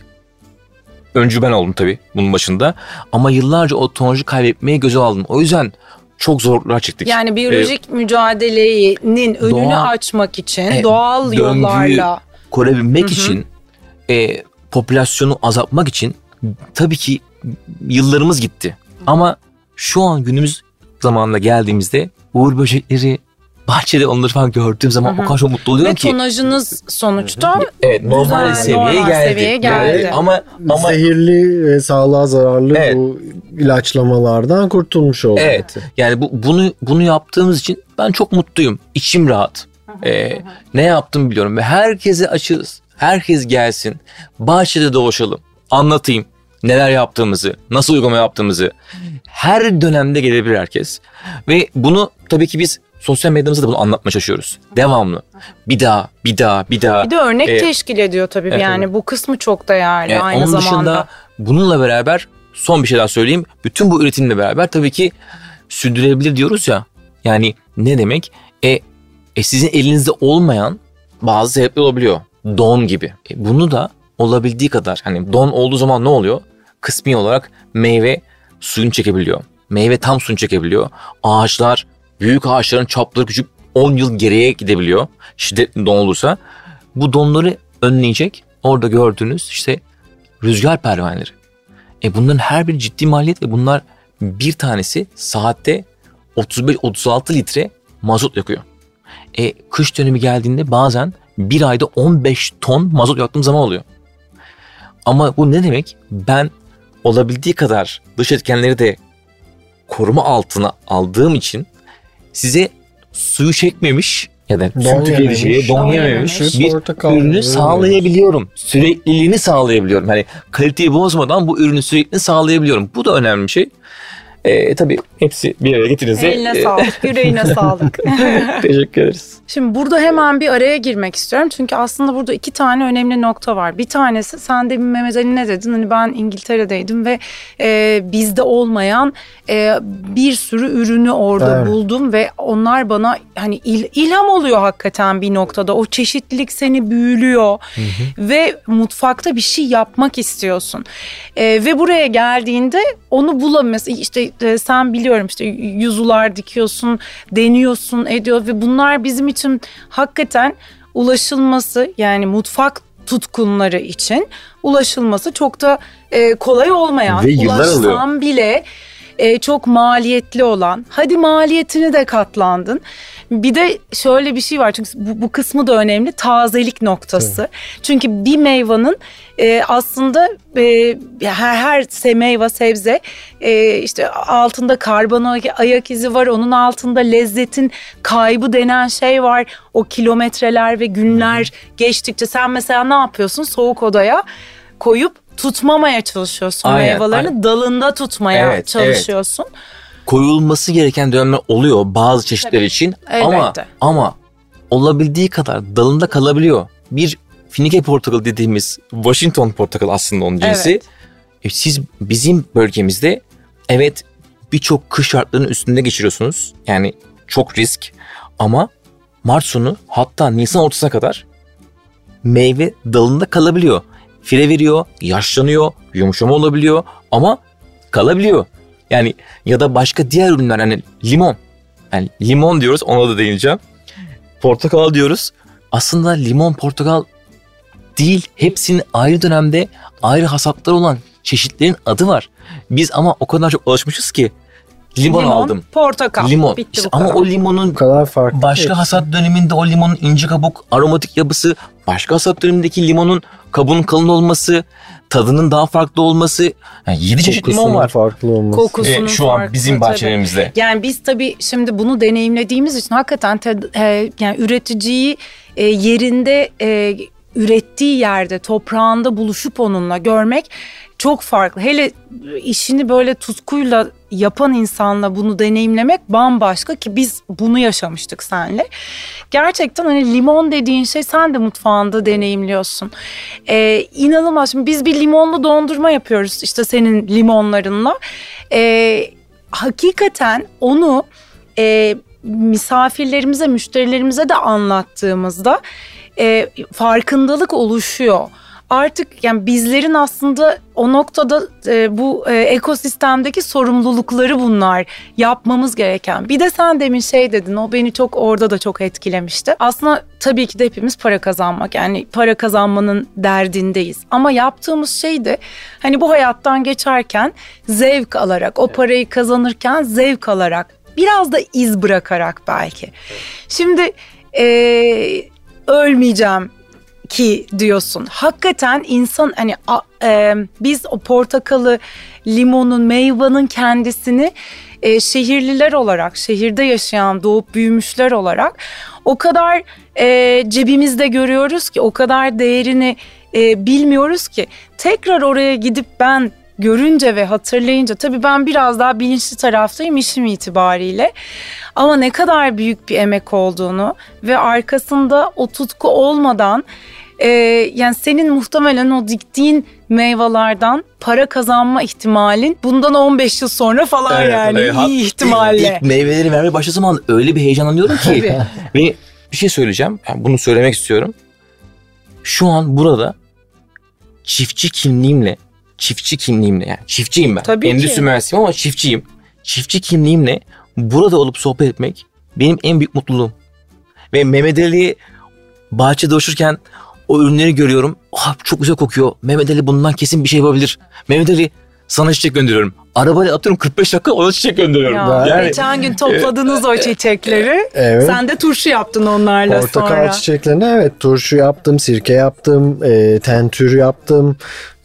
öncü ben oldum tabii bunun başında. Ama yıllarca o tonajı kaybetmeye göze aldım. O yüzden çok zorluklar çektik. Yani biyolojik mücadelenin önünü açmak için doğal yollarla koruyabilmek için, popülasyonu azaltmak için tabii ki yıllarımız gitti. Ama şu an günümüz zamanına geldiğimizde uğur böcekleri, bahçede onları falan gördüğüm zaman o kadar çok mutlu oluyorum ki. Ve tonajınız sonuçta normal seviyeye geldi. Ama zehirli ve sağlığa zararlı bu ilaçlamalardan kurtulmuş olduk. Evet. Yani bunu yaptığımız için ben çok mutluyum. İçim rahat. Ne yaptım biliyorum ve herkese açığız. Herkes gelsin. Bahçede dolaşalım. Anlatayım neler yaptığımızı, nasıl uygulama yaptığımızı. Her dönemde gelebilir herkes. Ve bunu tabii ki biz sosyal medyamızda da bunu anlatmaya çalışıyoruz. Devamlı. Bir daha. Bir de örnek teşkil ediyor tabii. Evet, yani bu kısmı çok değerli aynı zamanda. Onun dışında bununla beraber son bir şey daha söyleyeyim. Bütün bu üretimle beraber tabii ki sürdürülebilir diyoruz ya. Yani ne demek? Sizin elinizde olmayan bazı sebepler olabiliyor. Don gibi. Bunu da olabildiği kadar, hani don olduğu zaman ne oluyor? Kısmi olarak meyve suyunu çekebiliyor. Meyve tam suyunu çekebiliyor. Ağaçlar, büyük ağaçların çapları küçük 10 yıl geriye gidebiliyor. Şiddetli don olursa. Bu donları önleyecek orada gördüğünüz işte rüzgar pervaneleri. Bunların her biri ciddi maliyet ve bunlar bir tanesi saatte 35-36 litre mazot yakıyor. Kış dönemi geldiğinde bazen bir ayda 15 ton mazot yaktığım zaman oluyor. Ama bu ne demek? Ben olabildiği kadar dış etkenleri de koruma altına aldığım için size suyu çekmemiş ya da don yememiş bir ürünü sağlayabiliyorum. Sürekliliğini sağlayabiliyorum. Hani kaliteyi bozmadan bu ürünü sürekli sağlayabiliyorum. Bu da önemli bir şey. Tabii hepsi bir araya getirince. Eline sağlık, yüreğine sağlık. Teşekkür ederiz. Şimdi burada hemen bir araya girmek istiyorum. Çünkü aslında burada 2 tane önemli nokta var. Bir tanesi, sen de Mehmet Ali ne dedin? Hani ben İngiltere'deydim ve bizde olmayan bir sürü ürünü orada buldum ve onlar bana hani ilham oluyor hakikaten bir noktada. O çeşitlilik seni büyülüyor ve mutfakta bir şey yapmak istiyorsun. Ve buraya geldiğinde onu bulamıyorsun. İşte sen biliyorum işte yuzular dikiyorsun, deniyorsun, ediyor ve bunlar bizim için hakikaten ulaşılması, yani mutfak tutkunları için ulaşılması çok da kolay olmayan, ve yıllar ulaşsam bile çok maliyetli olan, hadi maliyetini de katlandın. Bir de şöyle bir şey var, çünkü bu kısmı da önemli, tazelik noktası. Evet. Çünkü bir meyvanın aslında her meyve sebze işte altında karbon ayak izi var, onun altında lezzetin kaybı denen şey var. O kilometreler ve günler geçtikçe sen mesela ne yapıyorsun? Soğuk odaya koyup tutmamaya çalışıyorsun, aynen, meyvelerini aynen. Dalında tutmaya çalışıyorsun. Evet. Koyulması gereken dönemler oluyor bazı çeşitler için. Ama olabildiği kadar dalında kalabiliyor. Bir Finike portakal dediğimiz Washington portakal aslında onun cinsi. Evet. Siz bizim bölgemizde birçok kış şartlarının üstünde geçiriyorsunuz. Yani çok risk, ama Mart sonu hatta Nisan ortasına kadar meyve dalında kalabiliyor. Fire veriyor, yaşlanıyor, yumuşama olabiliyor ama kalabiliyor. Yani ya da başka diğer ürünler, hani limon. Yani limon diyoruz, ona da değineceğim. Portakal diyoruz. Aslında limon, portakal değil, hepsinin ayrı dönemde ayrı hasatları olan çeşitlerin adı var. Biz ama o kadar çok alışmışız ki limon aldım. Portakal. Limon. İşte ama o limonun kadar farklı başka hasat döneminde o limonun ince kabuk, aromatik yapısı, başka hasat dönemindeki limonun kabuğunun kalın olması, tadının daha farklı olması. Yani 7 çeşit limon var. Farklı olması. Kokusunun şu an farklı, bizim bahçelerimizde. Tabii. Yani biz tabii şimdi bunu deneyimlediğimiz için hakikaten yani üreticiyi yerinde ürettiği yerde, toprağında buluşup onunla görmek çok farklı. Hele işini böyle tutkuyla yapan insanla bunu deneyimlemek bambaşka, ki biz bunu yaşamıştık seninle. Gerçekten hani limon dediğin şey, sen de mutfağında deneyimliyorsun. İnanılmaz. Şimdi biz bir limonlu dondurma yapıyoruz işte senin limonlarınla. Hakikaten onu misafirlerimize, müşterilerimize de anlattığımızda farkındalık oluşuyor. Artık yani bizlerin aslında o noktada bu ekosistemdeki sorumlulukları bunlar, yapmamız gereken. Bir de sen demin şey dedin, o beni çok orada da çok etkilemişti. Aslında tabii ki de hepimiz para kazanmak, yani para kazanmanın derdindeyiz. Ama yaptığımız şey de hani bu hayattan geçerken zevk alarak, o parayı kazanırken zevk alarak, biraz da iz bırakarak belki. Şimdi ölmeyeceğim ki diyorsun. Hakikaten insan hani biz o portakalı, limonun, meyvanın kendisini şehirliler olarak, şehirde yaşayan, doğup büyümüşler olarak o kadar cebimizde görüyoruz ki, o kadar değerini bilmiyoruz ki, tekrar oraya gidip ben görünce ve hatırlayınca, tabii ben biraz daha bilinçli taraftayım işim itibariyle, ama ne kadar büyük bir emek olduğunu ve arkasında o tutku olmadan yani senin muhtemelen o diktiğin meyvelerden para kazanma ihtimalin bundan 15 yıl sonra falan, yani iyi ihtimalle. İlk meyveleri vermeye başladığım zaman öyle bir heyecanlanıyorum ki. Ve bir şey söyleyeceğim, yani bunu söylemek istiyorum. Şu an burada çiftçi kimliğimle, yani çiftçiyim ben. Tabii endüstri mühendisiyim ama çiftçiyim. Çiftçi kimliğimle burada olup sohbet etmek benim en büyük mutluluğum. Ve Mehmet Ali bahçede dolaşırken o ürünleri görüyorum. Çok güzel kokuyor. Mehmet Ali bundan kesin bir şey yapabilir. Mehmet Ali, sana çiçek gönderiyorum. Arabayla atıyorum 45 dakika, ona çiçek gönderiyorum. Yani, geçen gün topladınız o çiçekleri. Evet. Sen de turşu yaptın onlarla portakal sonra. Portakal çiçeklerine turşu yaptım, sirke yaptım, tentür yaptım,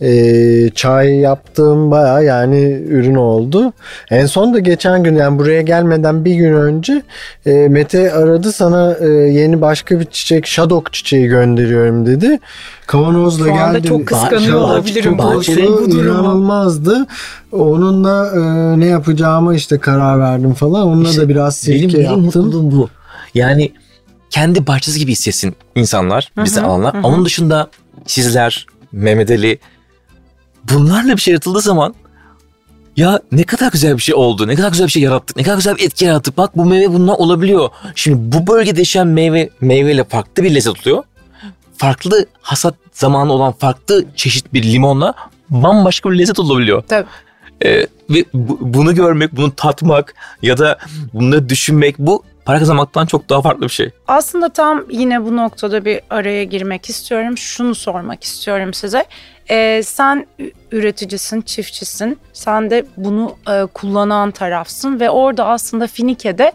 çay yaptım, bayağı yani ürün oldu. En son da geçen gün, yani buraya gelmeden bir gün önce Mete aradı, sana yeni başka bir çiçek, şadok çiçeği gönderiyorum dedi. Kavanozla geldi. Şu anda çok kıskanıyor olabilirim. İnanılmazdı. Onunla ne yapacağımı işte karar verdim falan. Onunla işte da biraz sirke yaptım. Benim mutluluğum bu. Yani kendi bahçesi gibi hissetsin insanlar, bize alanlar. Onun dışında sizler, Mehmet Ali, bunlarla bir şey yaratıldığı zaman ya ne kadar güzel bir şey oldu, ne kadar güzel bir şey yarattık, ne kadar güzel bir etki yarattık. Bak bu meyve bunlar olabiliyor. Şimdi bu bölgede yaşayan meyveyle farklı bir lezzet oluyor. Farklı hasat zamanı olan farklı çeşit bir limonla bambaşka bir lezzet olabiliyor. Tabii. Ve bunu görmek, bunu tatmak ya da bunları düşünmek, bu para kazanmaktan çok daha farklı bir şey. Aslında tam yine bu noktada bir araya girmek istiyorum. Şunu sormak istiyorum size. Sen üreticisin, çiftçisin. Sen de bunu kullanan tarafsın ve orada aslında Finike'de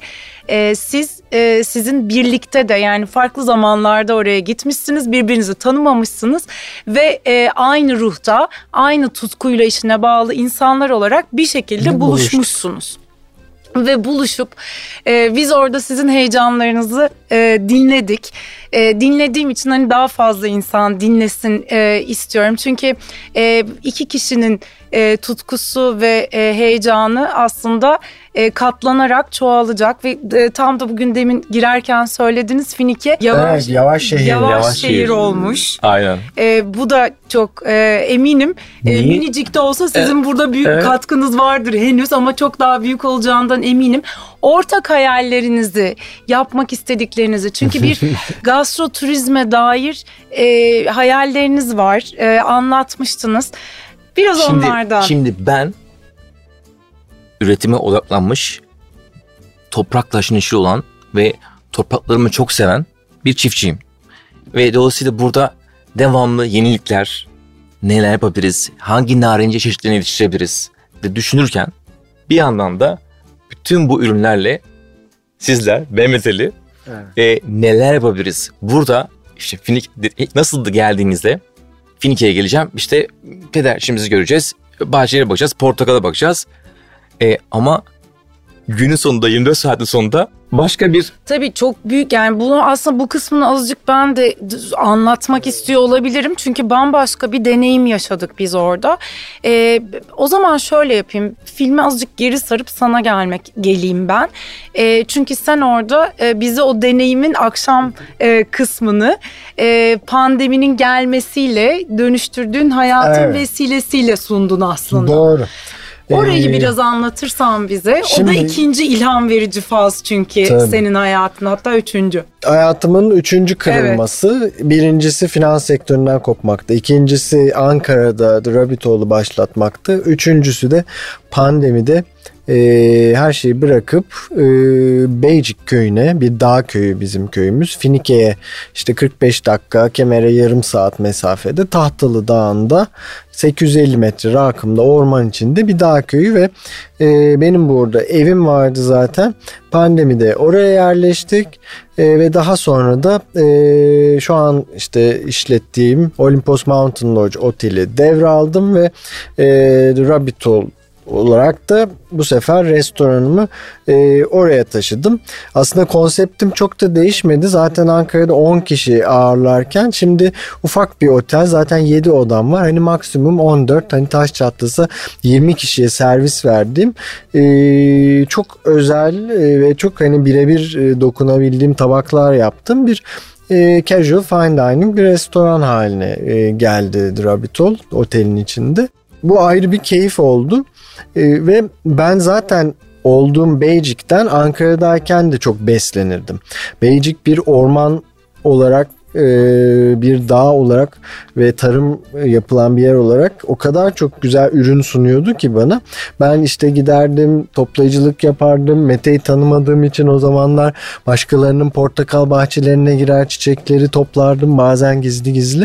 sizin birlikte de yani farklı zamanlarda oraya gitmişsiniz, birbirinizi tanımamışsınız ve aynı ruhta, aynı tutkuyla işine bağlı insanlar olarak bir şekilde buluşmuşsunuz. Ve buluşup biz orada sizin heyecanlarınızı dinledik. Dinlediğim için hani daha fazla insan dinlesin istiyorum. Çünkü iki kişinin tutkusu ve heyecanı aslında katlanarak çoğalacak ve tam da bugün demin girerken söylediniz Finike yavaş şehir olmuş. Aynen. Bu da çok eminim minicik de olsa sizin burada büyük katkınız vardır henüz ama çok daha büyük olacağından eminim. Ortak hayallerinizi, yapmak istediklerinizi çünkü bir gastroturizme dair hayalleriniz var, anlatmıştınız. Biraz onlardan. Şimdi ben üretime odaklanmış, toprakla haşır neşir olan ve topraklarımı çok seven bir çiftçiyim. Ve dolayısıyla burada devamlı yenilikler, neler yapabiliriz, hangi narenciye çeşitlerini yetiştirebiliriz de düşünürken bir yandan da bütün bu ürünlerle sizler, Mehmet Ali, neler yapabiliriz? Burada işte nasıldı geldiğinizde Finike'ye geleceğim. İşte peder işimizi göreceğiz. Bahçelere bakacağız, portakala bakacağız. Ama günün sonunda 24 saatin sonunda başka bir... Tabii çok büyük yani bunu aslında bu kısmını azıcık ben de anlatmak istiyor olabilirim. Çünkü bambaşka bir deneyim yaşadık biz orada. O zaman şöyle yapayım. Filmi azıcık geri sarıp sana geleyim ben. Çünkü sen orada bize o deneyimin akşam kısmını pandeminin gelmesiyle dönüştürdüğün hayatın vesilesiyle sundun aslında. Doğru. Orayı biraz anlatırsan bize. Şimdi, o da ikinci ilham verici faz çünkü senin hayatın, hatta üçüncü. Hayatımın üçüncü kırılması. Evet. Birincisi finans sektöründen kopmaktı. İkincisi Ankara'da The Rabbit Hole'u başlatmaktı. Üçüncüsü de pandemide her şeyi bırakıp Beycik köyüne, bir dağ köyü bizim köyümüz, Finike'ye işte 45 dakika, Kemer'e yarım saat mesafede Tahtalı Dağı'nda 850 metre rakımda orman içinde bir dağ köyü ve benim burada evim vardı zaten. Pandemide oraya yerleştik ve daha sonra da şu an işte işlettiğim Olympus Mountain Lodge Oteli devraldım ve The Rabbit Hole olarak da bu sefer restoranımı oraya taşıdım. Aslında konseptim çok da değişmedi. Zaten Ankara'da 10 kişi ağırlarken şimdi ufak bir otel, zaten 7 odam var. Hani maksimum 14, hani taş çatlasa 20 kişiye servis verdiğim çok özel ve çok hani birebir dokunabildiğim tabaklar yaptım. Bir casual fine dining bir restoran haline geldi The Rabbit Hole otelin içinde. Bu ayrı bir keyif oldu. Ve ben zaten olduğum Beycik'ten Ankara'dayken de çok beslenirdim. Beycik bir orman olarak, bir dağ olarak ve tarım yapılan bir yer olarak o kadar çok güzel ürün sunuyordu ki bana. Ben işte giderdim, toplayıcılık yapardım. Mete'yi tanımadığım için o zamanlar başkalarının portakal bahçelerine girer, çiçekleri toplardım bazen gizli gizli.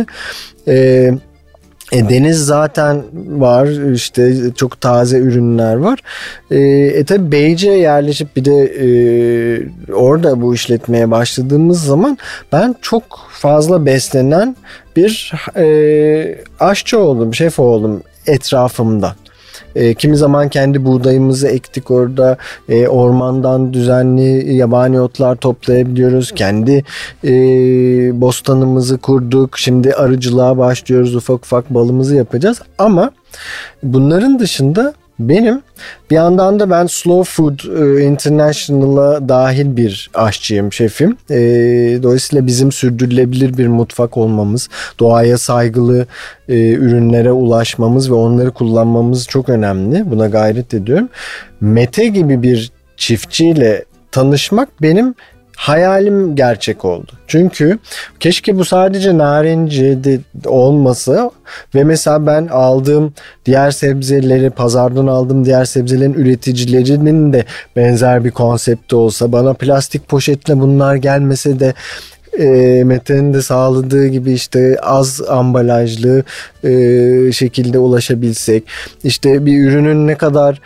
Deniz zaten var, işte çok taze ürünler var. Tabii Beyce'ye yerleşip bir de orada bu işletmeye başladığımız zaman ben çok fazla beslenen bir aşçı oldum, şef oldum etrafımda. Kimi zaman kendi buğdayımızı ektik orada. Ormandan düzenli yabani otlar toplayabiliyoruz. Kendi bostanımızı kurduk. Şimdi arıcılığa başlıyoruz. Ufak ufak balımızı yapacağız. Ama bunların dışında benim bir yandan da ben Slow Food International'a dahil bir aşçıyım, şefim. Dolayısıyla bizim sürdürülebilir bir mutfak olmamız, doğaya saygılı ürünlere ulaşmamız ve onları kullanmamız çok önemli. Buna gayret ediyorum. Mete gibi bir çiftçiyle tanışmak benim hayalim gerçek oldu. Çünkü keşke bu sadece Narenciye'de olmasa ve mesela ben aldığım diğer sebzeleri, pazardan aldığım diğer sebzelerin üreticilerinin de benzer bir konsepti olsa, bana plastik poşetle bunlar gelmese de Mete'nin de sağladığı gibi işte az ambalajlı şekilde ulaşabilsek, işte bir ürünün ne kadar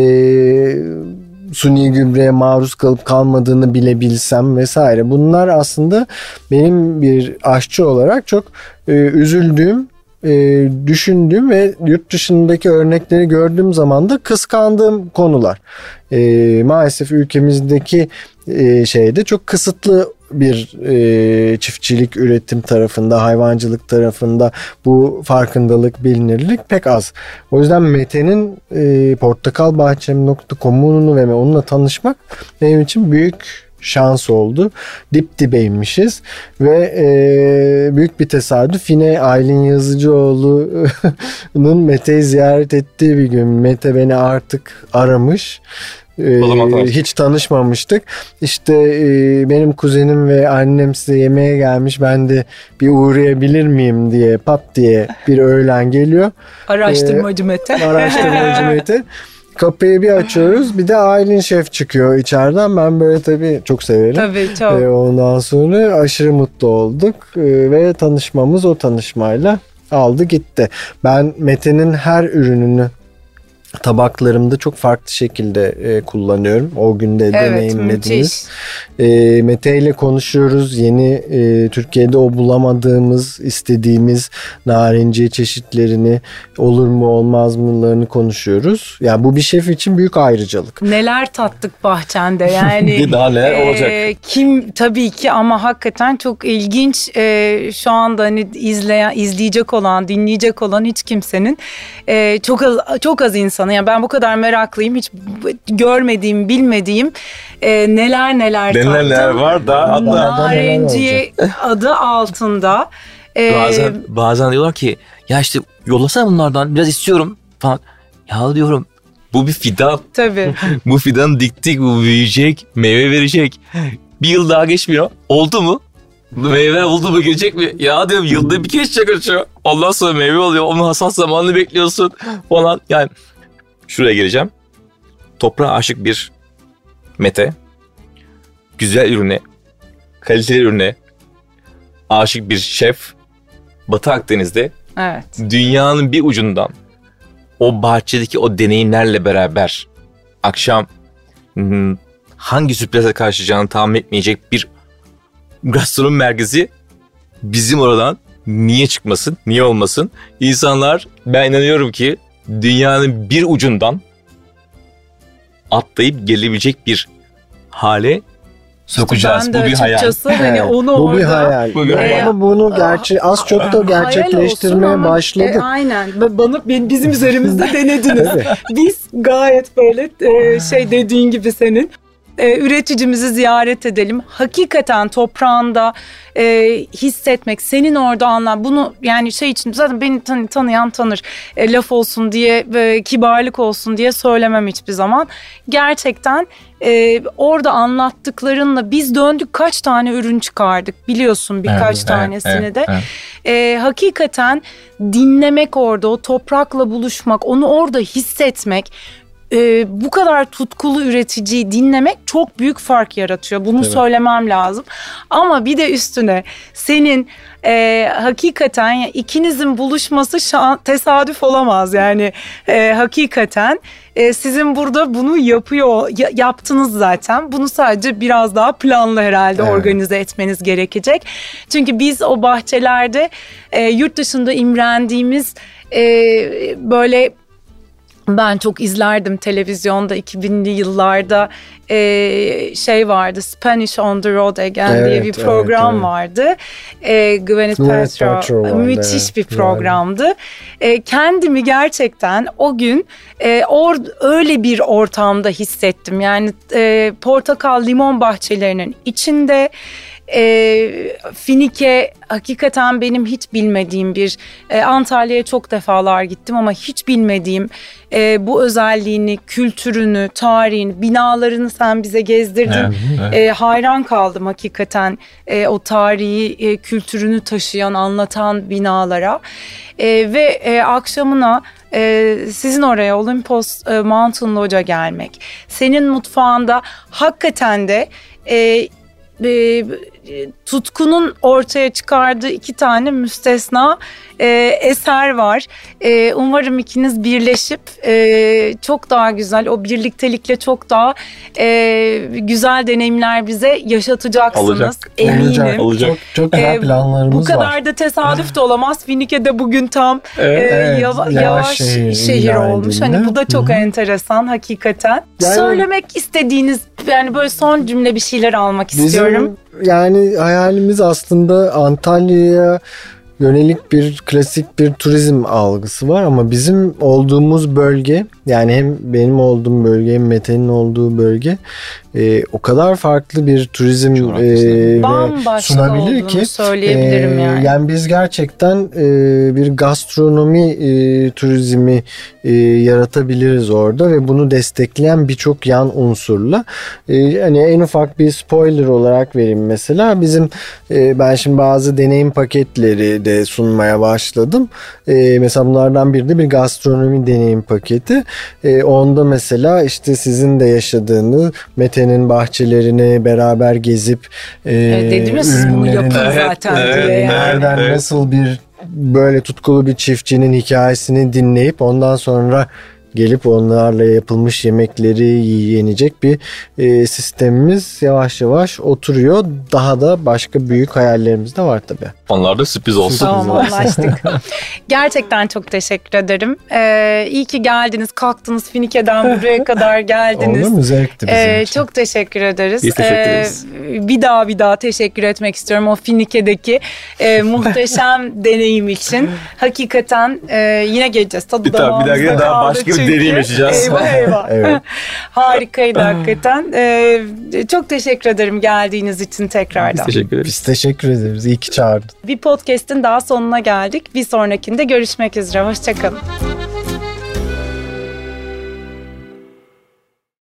suni gübreye maruz kalıp kalmadığını bilebilsem vesaire. Bunlar aslında benim bir aşçı olarak çok üzüldüğüm, düşündüğüm ve yurt dışındaki örnekleri gördüğüm zaman da kıskandığım konular. Maalesef ülkemizdeki şeyde çok kısıtlı bir çiftçilik üretim tarafında, hayvancılık tarafında bu farkındalık, bilinirlik pek az. O yüzden Mete'nin portakalbahçem.com'unu ve onunla tanışmak benim için büyük şans oldu. Dip dibeymişiz ve büyük bir tesadüf yine Aylin Yazıcıoğlu'nun Mete'yi ziyaret ettiği bir gün. Mete beni artık aramış. Hiç tanışmamıştık. İşte benim kuzenim ve annem size yemeğe gelmiş. Ben de bir uğrayabilir miyim diye pat diye bir öğlen geliyor. Araştırmacı Mete. Araştırmacı Mete. Kapıyı bir açıyoruz. Bir de Aylin Şef çıkıyor içeriden. Ben böyle tabii çok severim. Tabii çok. Ondan sonra aşırı mutlu olduk. Ve tanışmamız o tanışmayla aldı gitti. Ben Mete'nin her ürününü tabaklarımda çok farklı şekilde kullanıyorum. O günde deneyimlediniz. Mete ile konuşuyoruz. Yeni Türkiye'de o bulamadığımız, istediğimiz narenciye çeşitlerini olur mu olmaz mılarını konuşuyoruz. Yani bu bir şef için büyük ayrıcalık. Neler tattık bahçende yani. Daha neler olacak? Kim tabii ki ama hakikaten çok ilginç. Şu anda hani izleyecek olan, dinleyecek olan hiç kimsenin çok az insanı. Yani ben bu kadar meraklıyım. Hiç görmediğim, bilmediğim neler tattım. Var da Narenciye adı altında. Bazen diyorlar ki ya işte yollasana bunlardan biraz istiyorum falan. Ya diyorum bu bir fidan. Tabii. Bu fidanı diktik, bu büyüyecek, meyve verecek. Bir yıl daha geçmiyor. Oldu mu? Meyve oldu mu, gelecek mi? Ya diyorum yılda bir kez çakırıyor. Ondan sonra meyve oluyor. Onun hasat zamanını bekliyorsun falan. Yani şuraya geleceğim. Toprağa aşık bir Mete. Güzel ürüne, kaliteli ürüne aşık bir şef. Batı Akdeniz'de dünyanın bir ucundan o bahçedeki o deneyimlerle beraber akşam hangi sürprize karşılayacağını tahmin etmeyecek bir gastronomi merkezi bizim oradan niye çıkmasın, niye olmasın? İnsanlar, ben inanıyorum ki dünyanın bir ucundan atlayıp gelebilecek bir hale sokacağız. Bu bir hayal. Hani onu bu bir hayal. Ama bunu az çok da gerçekleştirmeye başladık. Aynen. Bizim üzerimizde denediniz. Biz gayet böyle dediğin gibi senin üreticimizi ziyaret edelim. Hakikaten toprağında hissetmek, senin orada anlar. Bunu yani için zaten beni tanıyan tanır. Laf olsun diye, kibarlık olsun diye söylemem hiçbir zaman. Gerçekten orada anlattıklarınla biz döndük, kaç tane ürün çıkardık biliyorsun, birkaç tanesini de. Hakikaten dinlemek, orada o toprakla buluşmak, onu orada hissetmek, bu kadar tutkulu üreticiyi dinlemek çok büyük fark yaratıyor. Bunu söylemem lazım. Ama bir de üstüne senin hakikaten ikinizin buluşması tesadüf olamaz. Yani hakikaten sizin burada bunu yaptınız zaten. Bunu sadece biraz daha planlı herhalde organize etmeniz gerekecek. Çünkü biz o bahçelerde yurt dışında imrendiğimiz böyle... Ben çok izlerdim televizyonda 2000'li yıllarda vardı, Spanish on the Road Again diye bir program vardı. Gwyneth Paltrow müthiş bir programdı. Kendimi gerçekten o gün öyle bir ortamda hissettim. Yani portakal, limon bahçelerinin içinde Finike hakikaten benim hiç bilmediğim bir Antalya'ya çok defalar gittim ama hiç bilmediğim bu özelliğini, kültürünü, tarihini, binalarını sen bize gezdirdin. Evet. Hayran kaldım hakikaten o tarihi, kültürünü taşıyan, anlatan binalara. Ve akşamına sizin oraya Olympus Mountain Lodge'a gelmek, senin mutfağında hakikaten de Tutku'nun ortaya çıkardığı 2 tane müstesna eser var. Umarım ikiniz birleşip çok daha güzel, o birliktelikle çok daha güzel deneyimler bize yaşatacaksınız. Eminim. Olacak. Çok güzel planlarımız var. Bu kadar da tesadüf de olamaz. Finike'de bugün tam yavaş şehir olmuş. Hani bu da çok enteresan hakikaten. Yani, söylemek istediğiniz, yani böyle son cümle bir şeyler almak istiyorum. Yani hayalimiz aslında Antalya'ya yönelik bir klasik bir turizm algısı var ama bizim olduğumuz bölge, yani hem benim olduğum bölge hem Mete'nin olduğu bölge o kadar farklı bir turizm sunabilir ki söyleyebilirim yani. Yani biz gerçekten bir gastronomi turizmi yaratabiliriz orada ve bunu destekleyen birçok yan unsurla. Hani en ufak bir spoiler olarak vereyim mesela, bizim ben şimdi bazı deneyim paketleri de sunmaya başladım. Mesela bunlardan biri de bir gastronomi deneyim paketi. Onda mesela işte sizin de yaşadığınız Mete'nin bahçelerini beraber gezip dedim ya siz bunu yapın zaten diye yani. Nereden nasıl bir böyle tutkulu bir çiftçinin hikayesini dinleyip ondan sonra gelip onlarla yapılmış yemekleri yenecek bir sistemimiz yavaş yavaş oturuyor. Daha da başka büyük hayallerimiz de var tabii. Onlar da sürpriz olsun. Tamam, anlaştık. Gerçekten çok teşekkür ederim. İyi ki geldiniz, kalktınız Finike'den buraya kadar geldiniz. Olur mu? Zevkti bizim için. Çok teşekkür ederiz. Biz teşekkür ederiz. Bir daha teşekkür etmek istiyorum o Finike'deki muhteşem deneyim için. Hakikaten yine geleceğiz. Tadı daha başka bir deneyim yaşayacağız. Eyvah. Evet. Harikaydı hakikaten. Çok teşekkür ederim geldiğiniz için tekrardan. Biz teşekkür ederiz. Biz teşekkür ederiz. İyi ki çağırdın. Bir podcast'in daha sonuna geldik. Bir sonrakinde görüşmek üzere. Hoşça kalın.